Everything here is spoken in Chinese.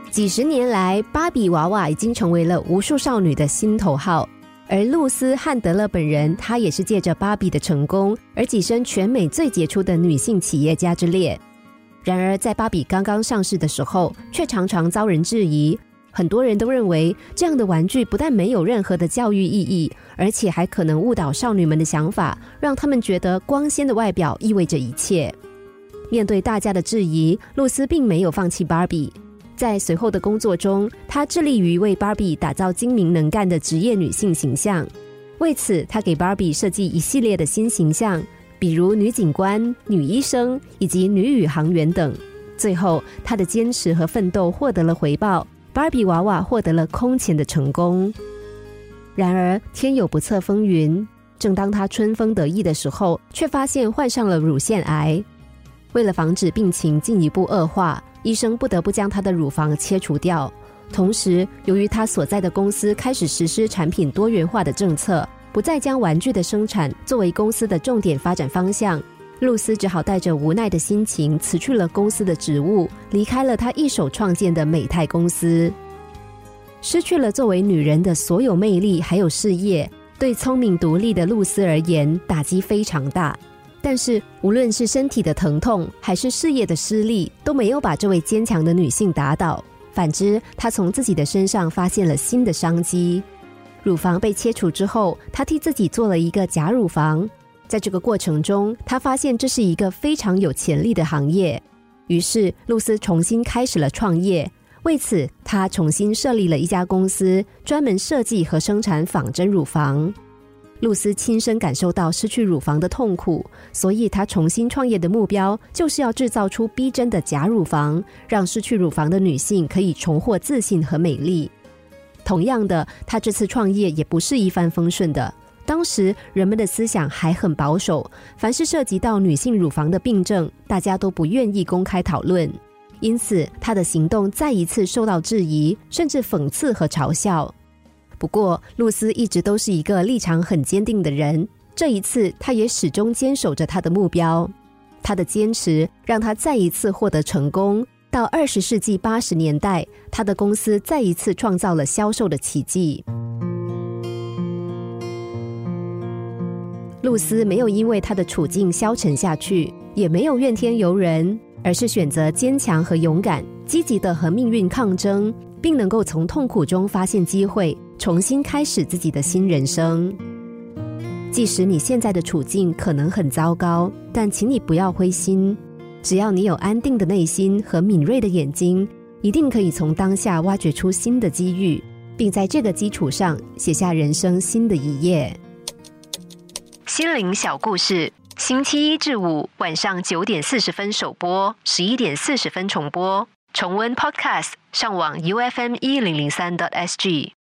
几十年来，芭比娃娃已经成为了无数少女的心头好，而露丝·汉德勒本人，她也是借着芭比的成功而跻身全美最杰出的女性企业家之列。然而在芭比刚刚上市的时候，却常常遭人质疑，很多人都认为这样的玩具不但没有任何的教育意义，而且还可能误导少女们的想法，让她们觉得光鲜的外表意味着一切。面对大家的质疑，露丝并没有放弃芭比。在随后的工作中，她致力于为芭比打造精明能干的职业女性形象。为此，她给芭比设计一系列的新形象，比如女警官、女医生以及女宇航员等。最后，她的坚持和奋斗获得了回报，芭比娃娃获得了空前的成功。然而，天有不测风云，正当她春风得意的时候，却发现患上了乳腺癌。为了防止病情进一步恶化，医生不得不将她的乳房切除掉。同时，由于她所在的公司开始实施产品多元化的政策，不再将玩具的生产作为公司的重点发展方向，露丝只好带着无奈的心情辞去了公司的职务，离开了她一手创建的美泰公司。失去了作为女人的所有魅力还有事业，对聪明独立的露丝而言打击非常大。但是无论是身体的疼痛还是事业的失利，都没有把这位坚强的女性打倒，反之，她从自己的身上发现了新的商机。乳房被切除之后，她替自己做了一个假乳房。在这个过程中，她发现这是一个非常有潜力的行业，于是露丝重新开始了创业。为此，她重新设立了一家公司，专门设计和生产仿真乳房。露丝亲身感受到失去乳房的痛苦，所以她重新创业的目标就是要制造出逼真的假乳房，让失去乳房的女性可以重获自信和美丽。同样的，她这次创业也不是一帆风顺的。当时人们的思想还很保守，凡是涉及到女性乳房的病症，大家都不愿意公开讨论。因此，她的行动再一次受到质疑，甚至讽刺和嘲笑。不过，露丝一直都是一个立场很坚定的人，这一次她也始终坚守着她的目标。她的坚持让她再一次获得成功。到20世纪80年代，她的公司再一次创造了销售的奇迹。露丝没有因为她的处境消沉下去，也没有怨天尤人，而是选择坚强和勇敢，积极地和命运抗争，并能够从痛苦中发现机会，重新开始自己的新人生。即使你现在的处境可能很糟糕，但请你不要灰心，只要你有安定的内心和敏锐的眼睛，一定可以从当下挖掘出新的机遇，并在这个基础上写下人生新的一页。心灵小故事，星期一至五晚上9点40分首播，11点40分重播。重温 Podcast， 上网 UFM1003.SG。